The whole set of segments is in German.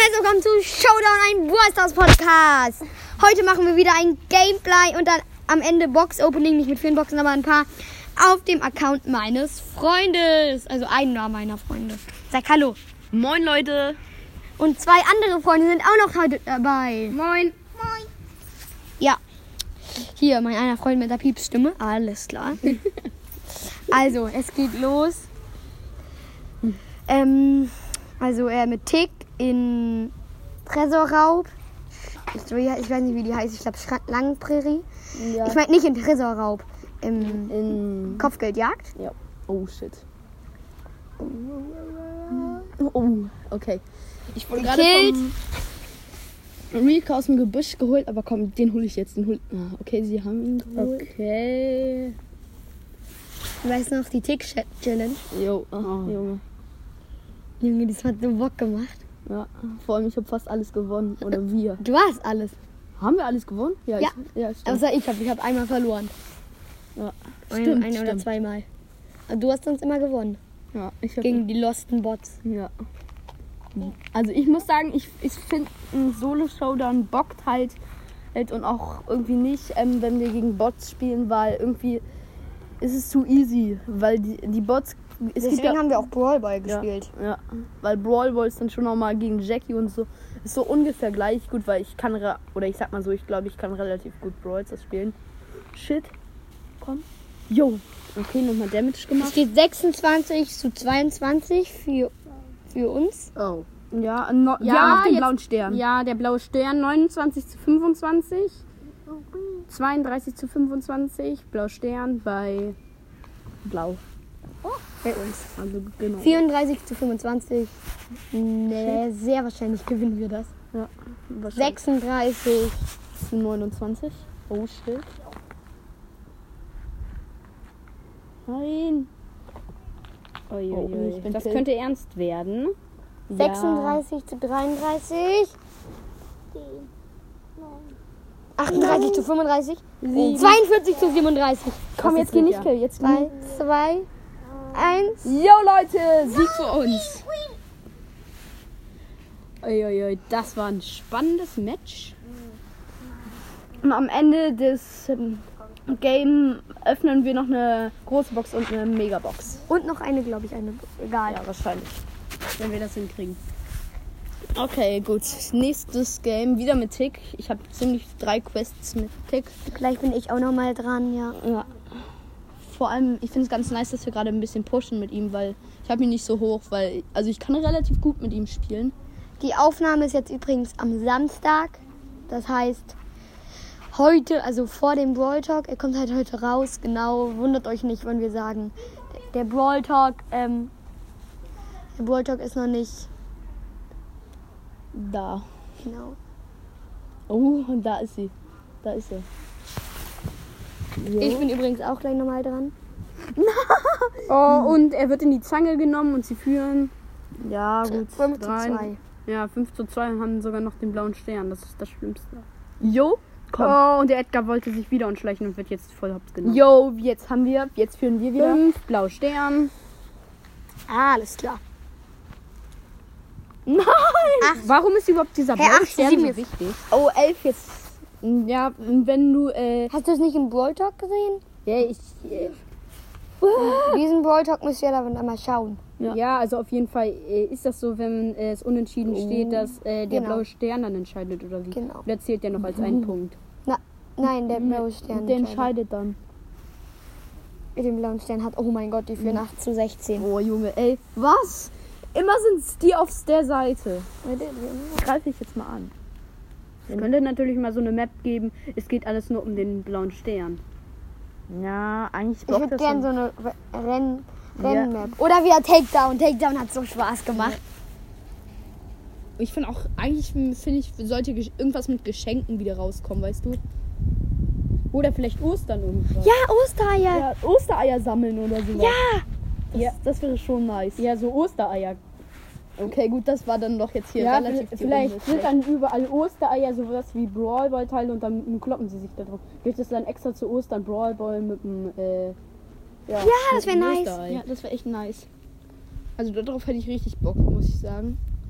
herzlich willkommen zu Showdown, ein Brawl Stars Podcast. Heute machen wir wieder ein Gameplay und dann am Ende Box-Opening, nicht mit vielen Boxen, aber ein paar auf dem Account meines Freundes. Also einer meiner Freunde. Sag hallo. Moin Leute. Und zwei andere Freunde sind auch noch heute dabei. Moin. Moin. Ja. Hier, mein einer Freund mit der Piepsstimme. Alles klar. Also, es geht los. Also mit Tick in Tresorraub. Ich weiß nicht, wie die heißt. Ich glaube Schlangenprärie. Ja. Ich meine nicht in Tresorraub. In Kopfgeldjagd. Ja. Oh shit. Oh, okay. Ich wurde gerade vom Rico aus dem Gebüsch geholt, aber komm, den hole ich jetzt. Okay, sie haben ihn geholt. Okay. Du weißt noch, die Tick-Challenge. Jo, Junge. Junge, das hat so Bock gemacht. Ja, vor allem ich habe fast alles gewonnen. Oder wir. Du hast alles. Haben wir alles gewonnen? Ja. Stimmt. Außer ich habe einmal verloren. Ja, Ein oder zweimal. Aber du hast sonst immer gewonnen. Ja, Gegen die losten Bots. Ja. Also ich muss sagen, ich finde, ein Solo-Showdown bockt halt und auch irgendwie nicht, wenn wir gegen Bots spielen, weil irgendwie ist es zu easy, weil die Bots... Deswegen haben wir auch Brawl Ball gespielt. Ja, weil Brawl Ball ist dann schon nochmal gegen Jackie und so. Ist so ungefähr gleich gut, weil ich kann, ich sag mal so, ich glaube, ich kann relativ gut Brawl Stars spielen. Shit. Komm. Jo. Okay, nochmal Damage gemacht. Es steht 26:22 für uns. Oh. Ja, wir haben noch den blauen Stern. Ja, der blaue Stern 29:25. 32:25. Blau Stern bei Blau. Bei uns. Also genau. 34:25. Nee, sehr wahrscheinlich gewinnen wir das. Ja, 36:29. Oh, shit. Nein. Das könnte ernst werden. 36:33. 38:35. 42:37. Komm, jetzt geh nicht kill. Jetzt 3, 2, 1. Jo Leute, Sieg für uns. Das war ein spannendes Match. Und am Ende des Game öffnen wir noch eine große Box und eine Megabox. Und noch eine, glaube ich, egal. Ja, wahrscheinlich. Wenn wir das hinkriegen. Okay, gut. Nächstes Game wieder mit Tick. Ich habe ziemlich 3 Quests mit Tick. Gleich bin ich auch noch mal dran, ja. Vor allem, ich finde es ganz nice, dass wir gerade ein bisschen pushen mit ihm, weil ich habe ihn nicht so hoch, also ich kann relativ gut mit ihm spielen. Die Aufnahme ist jetzt übrigens am Samstag. Das heißt, heute, also vor dem Brawl Talk, er kommt halt heute raus. Genau, wundert euch nicht, wenn wir sagen, der Brawl Talk ist noch nicht Da. genau. Oh, und da ist sie. Da ist er. Jo. Ich bin übrigens auch gleich nochmal dran. Oh, und er wird in die Zange genommen und sie führen. Ja, gut. 5:2. Ja, 5:2 und haben sogar noch den blauen Stern. Das ist das Schlimmste. Jo. Komm. Oh, und der Edgar wollte sich wieder entschleichen und wird jetzt voll hops genommen. Jo, jetzt führen wir wieder. 5, blau Stern. Alles klar. Nein! Warum ist überhaupt dieser blaue 8, Stern 7 so jetzt. wichtig? Oh, 11 jetzt. Ja, wenn du, Hast du es nicht im Brawl Talk gesehen? ja, Diesen Brawl Talk müsst ihr dann einmal schauen. Ja, also auf jeden Fall ist das so, wenn es unentschieden steht, dass der Genau. blaue Stern dann entscheidet, oder wie? Genau. Der zählt ja noch als einen Punkt. Nein, der blaue Stern. der entscheidet dann. Mit dem blauen Stern hat, oh mein Gott, die führen 8:16. Oh, Junge, ey. Was? Immer sind's die auf der Seite. Greife ich jetzt mal an. Es könnte natürlich mal so eine Map geben, es geht alles nur um den blauen Stern. Ja, eigentlich Ich braucht würde das gerne so schon. eine Rennmap. Oder wieder Takedown. Takedown hat so Spaß gemacht. Ich finde auch, eigentlich sollte irgendwas mit Geschenken wieder rauskommen, weißt du? Oder vielleicht Ostern irgendwas. Ja, Ostereier. Ja, Ostereier sammeln oder so. Ja. Das wäre schon nice. Ja, so Ostereier. Okay, gut, das war dann doch jetzt hier Ja, relativ vielleicht sind dann überall Ostereier, sowas wie Brawl Ball Teile und dann kloppen sie sich da drauf. Gibt es dann extra zu Ostern Brawl Ball mit dem Ja, das wäre nice. Ja, das wäre echt nice. Also darauf hätte ich richtig Bock, muss ich sagen.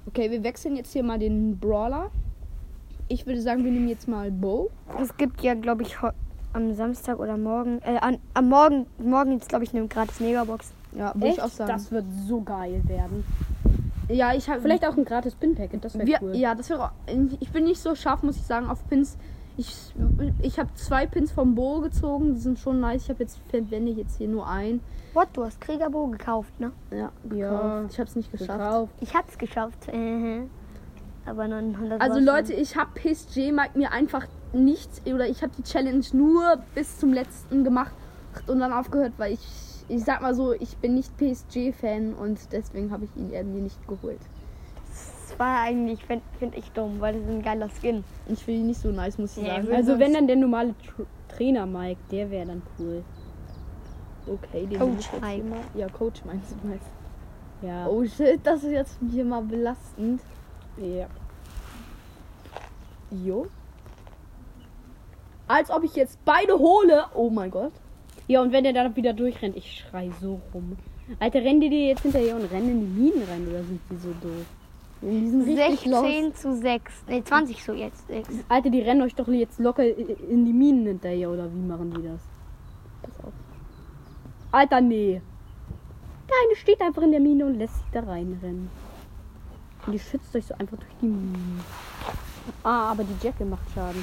Okay, wir wechseln jetzt hier mal den Brawler. Ich würde sagen, wir nehmen jetzt mal Bo. Es gibt ja, glaube ich, am Samstag oder morgen, am morgen jetzt, glaube ich, eine gratis Megabox. Ja, würde ich auch sagen. Das wird so geil werden. Ja, ich habe Vielleicht auch ein gratis Pin-Packet, das wäre cool. Ja, das wäre. Ich bin nicht so scharf, muss ich sagen, auf Pins. Ich habe 2 Pins vom Bo gezogen, die sind schon nice. Verwende ich jetzt hier nur ein. What? Du hast Kriegerbo gekauft, ne? Ja, Ja, ich habe es nicht geschafft. gekauft. Ich hab's geschafft. Aber 900. Also Leute, ich habe PSG mir einfach nichts, oder ich habe die Challenge nur bis zum letzten gemacht und dann aufgehört, weil ich sag mal so, ich bin nicht PSG-Fan und deswegen habe ich ihn irgendwie nicht geholt. Das war eigentlich, finde ich dumm, weil das ist ein geiler Skin. Ich finde ihn nicht so nice, muss ich Ja, sagen. Also wenn dann der normale Trainer Mike, der wäre dann cool. Okay, den Coach will ich jetzt Mike. hier mal. Ja, Coach meinst du meist. Ja. Oh shit, das ist jetzt hier mal belastend. Ja. Jo. Als ob ich jetzt beide hole. Oh mein Gott. Ja, und wenn der dann wieder durchrennt, ich schrei so rum. Alter, rennen die dir jetzt hinterher und rennen in die Minen rein oder sind die so doof? Die sind richtig 16 zu 6. Ne, 20 zu jetzt 6. Alter, die rennen euch doch jetzt locker in die Minen hinterher oder wie machen die das? Pass auf. Alter, nee. Der eine steht einfach in der Mine und lässt sich da reinrennen. Und die schützt euch so einfach durch die Minen. Ah, aber die Jacke macht Schaden.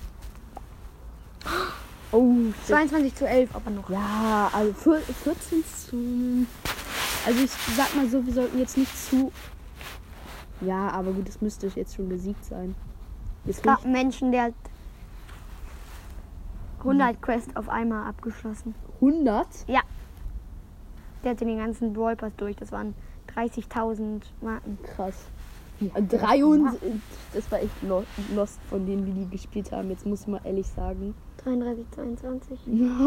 Oh, shit. 22 zu 11, aber noch. Ja, also 14 zu. Also ich sag mal so, wir sollten jetzt nicht zu. Ja, aber gut, es müsste jetzt schon besiegt sein. Es gab einen Menschen, der hat 100 Quests auf einmal abgeschlossen. 100? Ja. Der hatte den ganzen Brawl Pass durch. Das waren 30.000 Marken. Krass. 23. Das war echt lost von denen, die gespielt haben. Jetzt muss ich mal ehrlich sagen. 33, 22. Ja.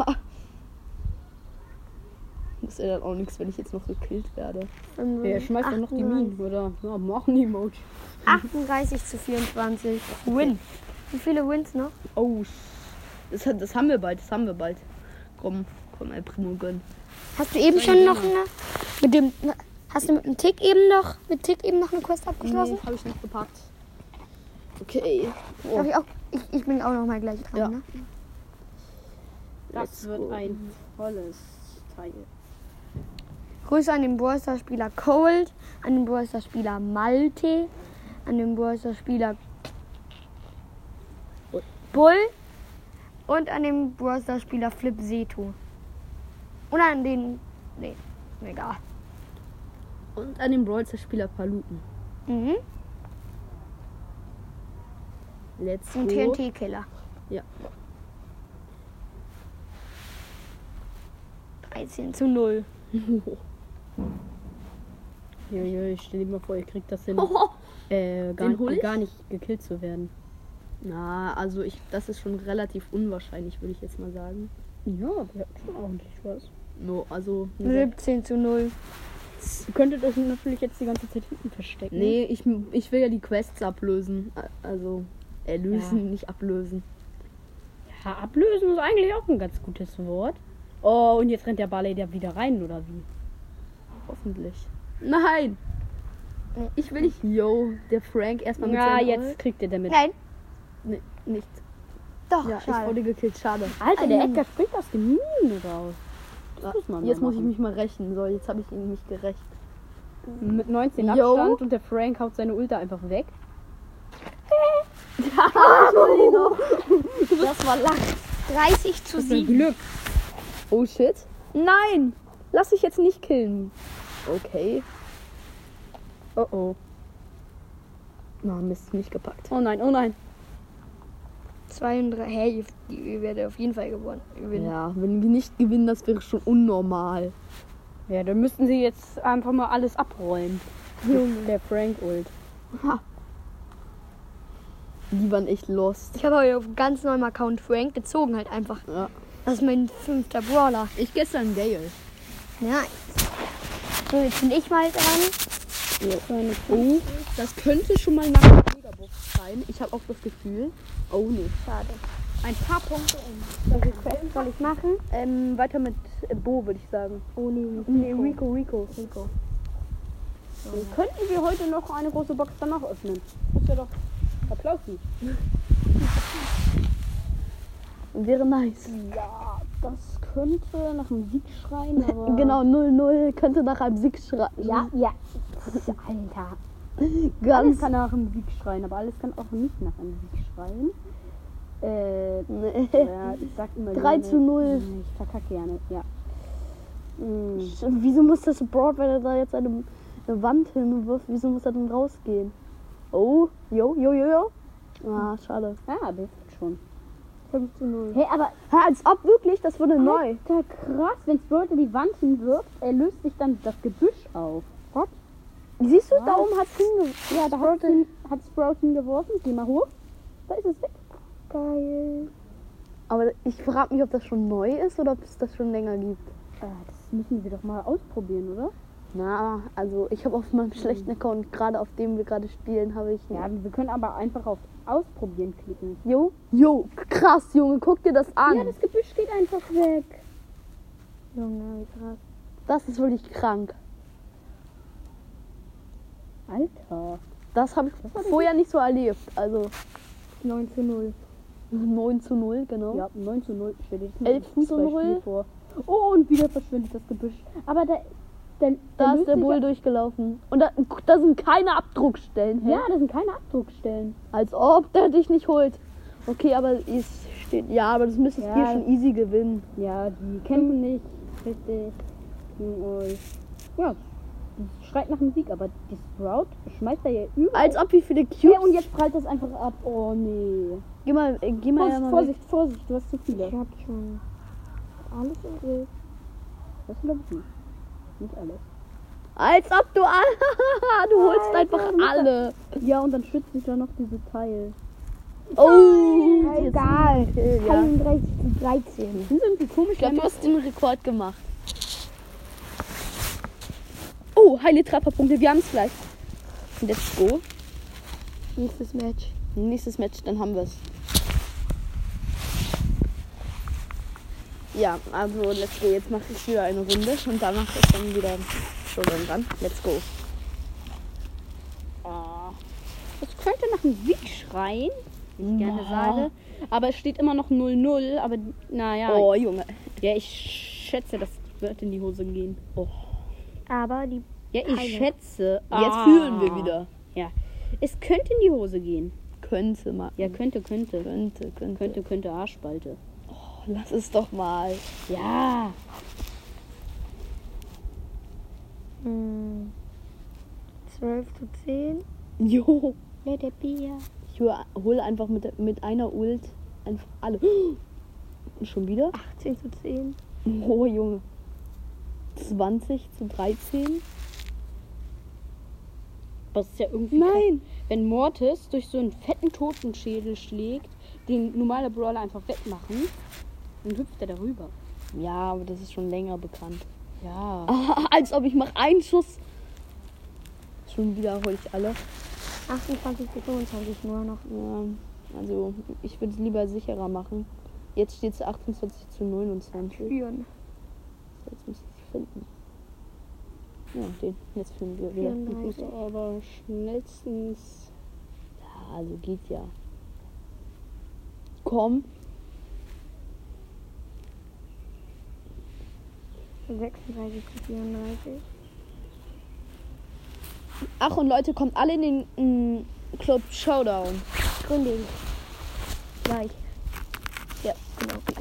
Das ändert auch nichts, wenn ich jetzt noch gekillt werde. Wer schmeißt dann noch die Minen, oder? Ja, machen die Emoji. 38 zu 24. Win. Wie viele Wins noch? Oh, das haben wir bald, Komm, El Primo, gönn. Hast du eben schon noch eine? Hast du mit dem Tick eben noch eine Quest abgeschlossen? Nee, habe ich nicht gepackt. Okay. Darf ich auch? Ich bin auch noch mal gleich dran, Ja. ne? Das wird ein tolles Teil. Grüße an den Brawl Stars Spieler Cold, an den Brawl Stars Spieler Malte, an den Brawl Stars Spieler Bull und an den Brawl Stars Spieler Flip Seto. Und an den. Nee, egal. Und an den Brawl Stars Spieler Paluten. Mhm. Let's Ein go. TNT-Killer. Ja. 13 zu 0. Ich stell dir mal vor, ihr kriegt das hin, Den hol ich? gar nicht gekillt zu werden. Na, also das ist schon relativ unwahrscheinlich, würde ich jetzt mal sagen. Ja, wir hatten schon ordentlich was. No, also. 17 zu 0. Ihr könntet euch natürlich jetzt die ganze Zeit hinten verstecken. Nee, ich will ja die Quests ablösen. Also, erlösen, Ja. nicht ablösen. Ja, ablösen ist eigentlich auch ein ganz gutes Wort. Oh, und jetzt rennt der Barley da wieder rein, oder wie? Hoffentlich. Nein! Nee. Ich will nicht. Yo, der Frank erstmal mit Ja, seinem jetzt kriegt ihr damit. Nein, Nee, nicht. doch, Ja, ich schade. wurde gekillt. Schade. Alter, der Edgar springt aus dem Minen raus. Das muss man Jetzt mal muss ich machen. mich mal rächen. So, jetzt habe ich ihn nicht gerecht. Mit 19 Yo. Abstand und der Frank haut seine Ulte einfach weg. Das war Lack. 30 zu Das ist ein 7. Glück. Oh shit. Nein! Lass dich jetzt nicht killen. Okay. Oh oh. Na, Mist, nicht gepackt. Oh nein, oh nein. 32. Hey, ihr werdet auf jeden Fall gewinnen. Ja, wenn wir nicht gewinnen, das wäre schon unnormal. Ja, dann müssten sie jetzt einfach mal alles abrollen. Der Frank ult. Die waren echt lost. Ich habe heute auf einem ganz neuen Account Frank gezogen halt einfach. Ja. Das ist mein 5. Brawler. Ich gestern Gale. Ja. So, jetzt bin ich mal dran. Oh, das könnte schon mal nach der Megabox sein. Ich habe auch das Gefühl. Oh nee. Schade. Ein paar Punkte Welche Quest soll ich machen? Weiter mit Bo, würde ich sagen. Oh nee, Nee, Rico. Rico. Dann könnten wir heute noch eine große Box danach öffnen. Das wäre doch Applaus. Wäre nice. Ja, das könnte nach einem Sieg schreien, aber... Genau, 0-0 könnte nach einem Sieg schreien. Ja. Alter. Alles Ganz. kann nach einem Sieg schreien, aber alles kann auch nicht nach einem Sieg schreien. Nee. Ja, ich sag immer 3-0. Ich verkacke gerne, ja. Wieso muss das Broad, wenn er da jetzt eine Wand hinwirft, wieso muss er denn rausgehen? Oh, jo. Ah, schade. Ja, aber jetzt schon. 5-0. Hey, aber Als ob wirklich, das wurde neu. Alter, krass, wenn Sprout die Wand hinwirft, löst sich dann das Gebüsch auf. Was? Siehst du, Was? da oben hat's hingeworfen. Ja, da hat Sprout hingeworfen. Geh mal hoch. Da ist es weg. Geil. Aber ich frage mich, ob das schon neu ist oder ob es das schon länger gibt. Das müssen wir doch mal ausprobieren, oder? Na, also ich habe auf meinem schlechten Account, gerade auf dem wir gerade spielen, habe ich... Ja, wir können aber einfach auf Ausprobieren klicken. Jo, krass, Junge, guck dir das an. Ja, das Gebüsch geht einfach weg. Junge, wie krass. Das ist wirklich krank. Alter. Das habe ich vorher nicht so erlebt. Also 9-0. 9-0, genau. Ja, 9-0. Stell dir das mal 11 ein Fußballspiel 0. vor. Oh, und wieder verschwindet das Gebüsch. Aber da Da löst ist der sich Bull durchgelaufen. Und da sind keine Abdruckstellen. Hä? Ja, das sind keine Abdruckstellen. Als ob der dich nicht holt. Okay, aber es steht... Ja, aber das müsstest Ja. hier schon easy gewinnen. Ja, die kämpfen nicht richtig gegen euch. Ja, die schreit nach dem Sieg, aber die Sprout schmeißt da ja überall. Als ob wie viele Cubes... Ja, und jetzt prallt das einfach ab. Oh, nee. Geh mal ja mal Vorsicht, Vorsicht, du hast zu viele. Ich hab schon alles im Griff. Das glaube ich nicht. Nicht alles. Als ob du alle... Du holst einfach alle. Ja, und dann schützt sich da noch diese Teil. Oh, Egal. Ja. 31-13. Die sind irgendwie komisch. Ich glaube, du hast den Rekord gemacht. Oh, heile Trefferpunkte. Wir haben es gleich. Let's go. Nächstes Match. Nächstes Match, dann haben wir es. Ja, also let's go. Jetzt mache ich wieder eine Runde und danach ist dann wieder schon dran. Let's go. Das könnte nach einem Sieg schreien, wie ich gerne sage. Aber es steht immer noch 0-0. Aber naja. Oh, Junge. Ja, ich schätze, das wird in die Hose gehen. Oh. Aber die Ja, ich Keine. schätze. Jetzt fühlen wir wieder. Ja. Es könnte in die Hose gehen. Könnte mal. Ja, könnte. Könnte. Arschspalte. Oh, lass es doch mal. Ja. 12-10. Jo. Let it be. Ich hole einfach mit einer Ult einfach alle. Schon wieder? 18-10. Oh, Junge. 20-13. Das ist ja irgendwie. Nein. Wenn Mortis durch so einen fetten Totenschädel schlägt, den normale Brawler einfach wegmachen, dann hüpft er darüber. Ja, aber das ist schon länger bekannt. Ja. Als ob ich mache einen Schuss. Schon wieder hole ich alle. 28-25 nur noch. Ja, also ich würde es lieber sicherer machen. Jetzt steht es 28-29. Führen. Jetzt muss ich es finden. Ja, den. Jetzt finden wir wieder. 34. Aber schnellstens. Ja, also geht ja. Komm. 36-34. Ach und Leute, kommt alle in den Club Showdown. Gründing. Gleich. Ja. Genau gleich.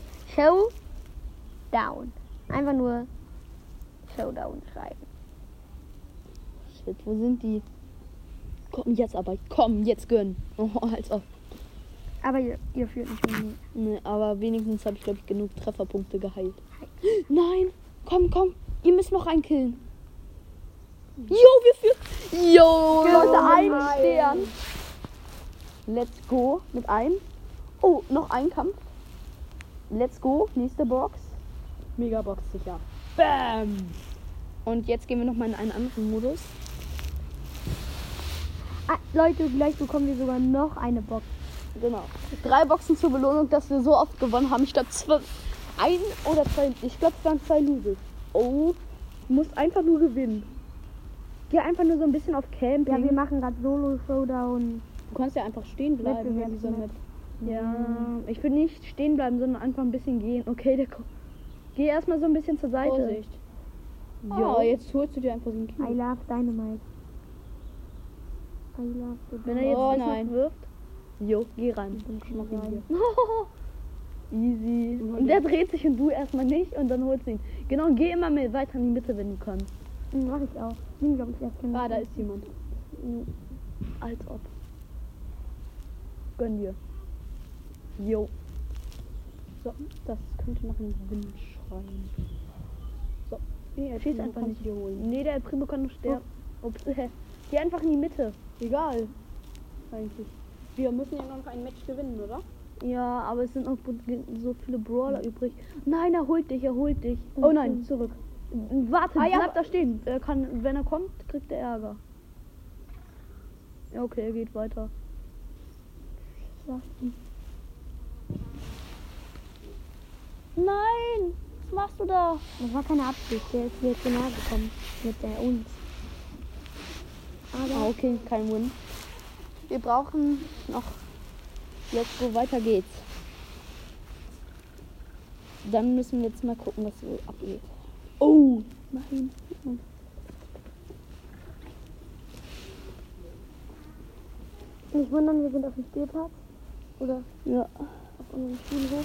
Showdown. Einfach nur Showdown schreiben. Shit, wo sind die? Komm jetzt aber, komm, jetzt gönnen. Oh, als ob. Aber ihr führt nicht mehr. Nee, aber wenigstens habe ich, glaube ich, genug Trefferpunkte geheilt. Nein, komm, ihr müsst noch einen killen. Jo, wir führen. Jo, Leute, ein Stern. Let's go mit einem. Oh, noch ein Kampf. Let's go, nächste Box. Megabox sicher. Bam. Und jetzt gehen wir noch mal in einen anderen Modus. Ah, Leute, gleich bekommen wir sogar noch eine Box. Genau. 3 Boxen zur Belohnung, dass wir so oft gewonnen haben. Ich glaube, 1 oder 2. Ich glaube, es waren 2 Loses. Oh, du musst einfach nur gewinnen. Geh einfach nur so ein bisschen auf Camping. Ja, wir machen gerade Solo-Showdown. Du kannst ja einfach stehen bleiben in dieser Map. Ja, ich will nicht stehen bleiben, sondern einfach ein bisschen gehen. Okay, geh erstmal so ein bisschen zur Seite. Vorsicht. Jo. Ja, jetzt holst du dir einfach so einen I Kill. love Dynamite. I love Wenn er jetzt Oh, nicht nein. noch wirft. Jo, geh ran. Ich mach ihn hier. Easy. Und der dreht sich und du erstmal nicht und dann holst du ihn. Genau, geh immer mehr weiter in die Mitte, wenn du kannst. Mach ich auch. Ich bin, glaube ich, erst Ah, da ist jemand. Als ob. Gönn dir. Jo. So, das könnte nach einem Gewinn schreien. So, Schieß du einfach kannst nicht. dir holen. Nee, der Primo kann noch sterben. Ups, geh einfach in die Mitte. Egal. Eigentlich. Wir müssen ja noch ein Match gewinnen, oder? Ja, aber es sind noch so viele Brawler übrig. Nein, er holt dich. Oh nein, zurück. Warte, Ah, ja. bleib da stehen. Wenn er kommt, kriegt er Ärger. Ja, okay, er geht weiter. Nein! Was machst du da? Das war keine Absicht. Der ist mir zu nahe gekommen. Mit der uns. Ah, okay, kein Win. Wir brauchen noch. Let's go, weiter geht's. Dann müssen wir jetzt mal gucken, was so abgeht. Oh! Nein. Nicht wundern, wir sind auf dem Spielplatz. Oder Ja. auf unserem Schulhof.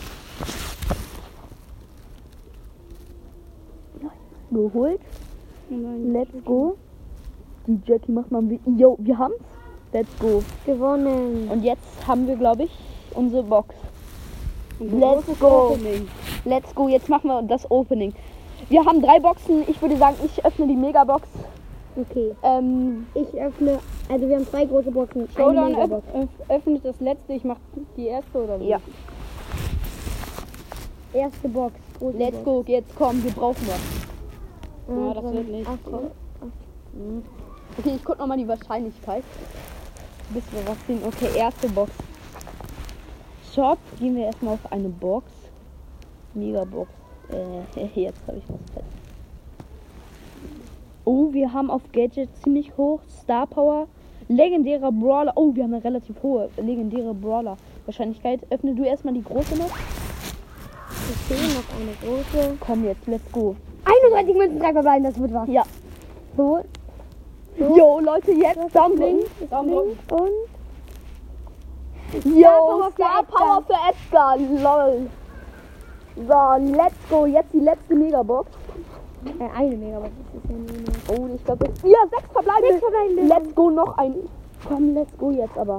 Geholt. Let's go. Die Jackie macht mal ein Yo, wir haben's. Let's go. Gewonnen. Und jetzt haben wir, glaube ich, unsere Box. Let's go. Let's go. Jetzt machen wir das Opening. Wir haben 3 Boxen. Ich würde sagen, ich öffne die Megabox. Okay. Ich öffne. Also, wir haben 2 große Boxen. Eine Showdown Megabox. öffnet das letzte, ich mach die erste oder wie? Ja. Erste Box. Große Let's Box. go. Jetzt komm, wir brauchen was. Ja, das wird nicht. Okay, ich guck nochmal die Wahrscheinlichkeit. Bis wir was sehen. Okay, erste Box. Shop. Gehen wir erstmal auf eine Box. Megabox. Jetzt habe ich was fest. Oh, wir haben auf Gadget ziemlich hoch. Star Power. Legendärer Brawler. Oh, wir haben eine relativ hohe legendäre Brawler. Wahrscheinlichkeit. Öffne du erstmal die große noch. Okay, noch eine große. Komm jetzt, let's go. 31 Münzen, 3 verbleiben, das wird was. Ja. So. Jo, Leute, jetzt Daumen drücken. Daumen drücken. Und Yo, Star Power für Edgar. Lol. So, let's go. Jetzt die letzte Megabox. eine Megabox. Das ist ja nur eine. Oh, ich glaube, ja, 6 verbleibende. 6 verbleibende. Let's go, noch ein. Komm, let's go jetzt aber.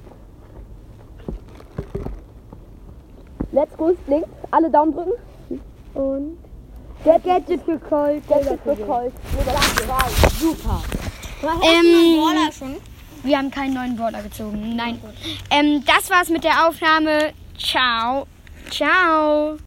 Let's go, es blinkt. Alle Daumen drücken. Und Gadget für Colt. Gadget für Colt. Super. wir haben keinen neuen Brawler gezogen. Nein. Das war's mit der Aufnahme. Ciao. Ciao.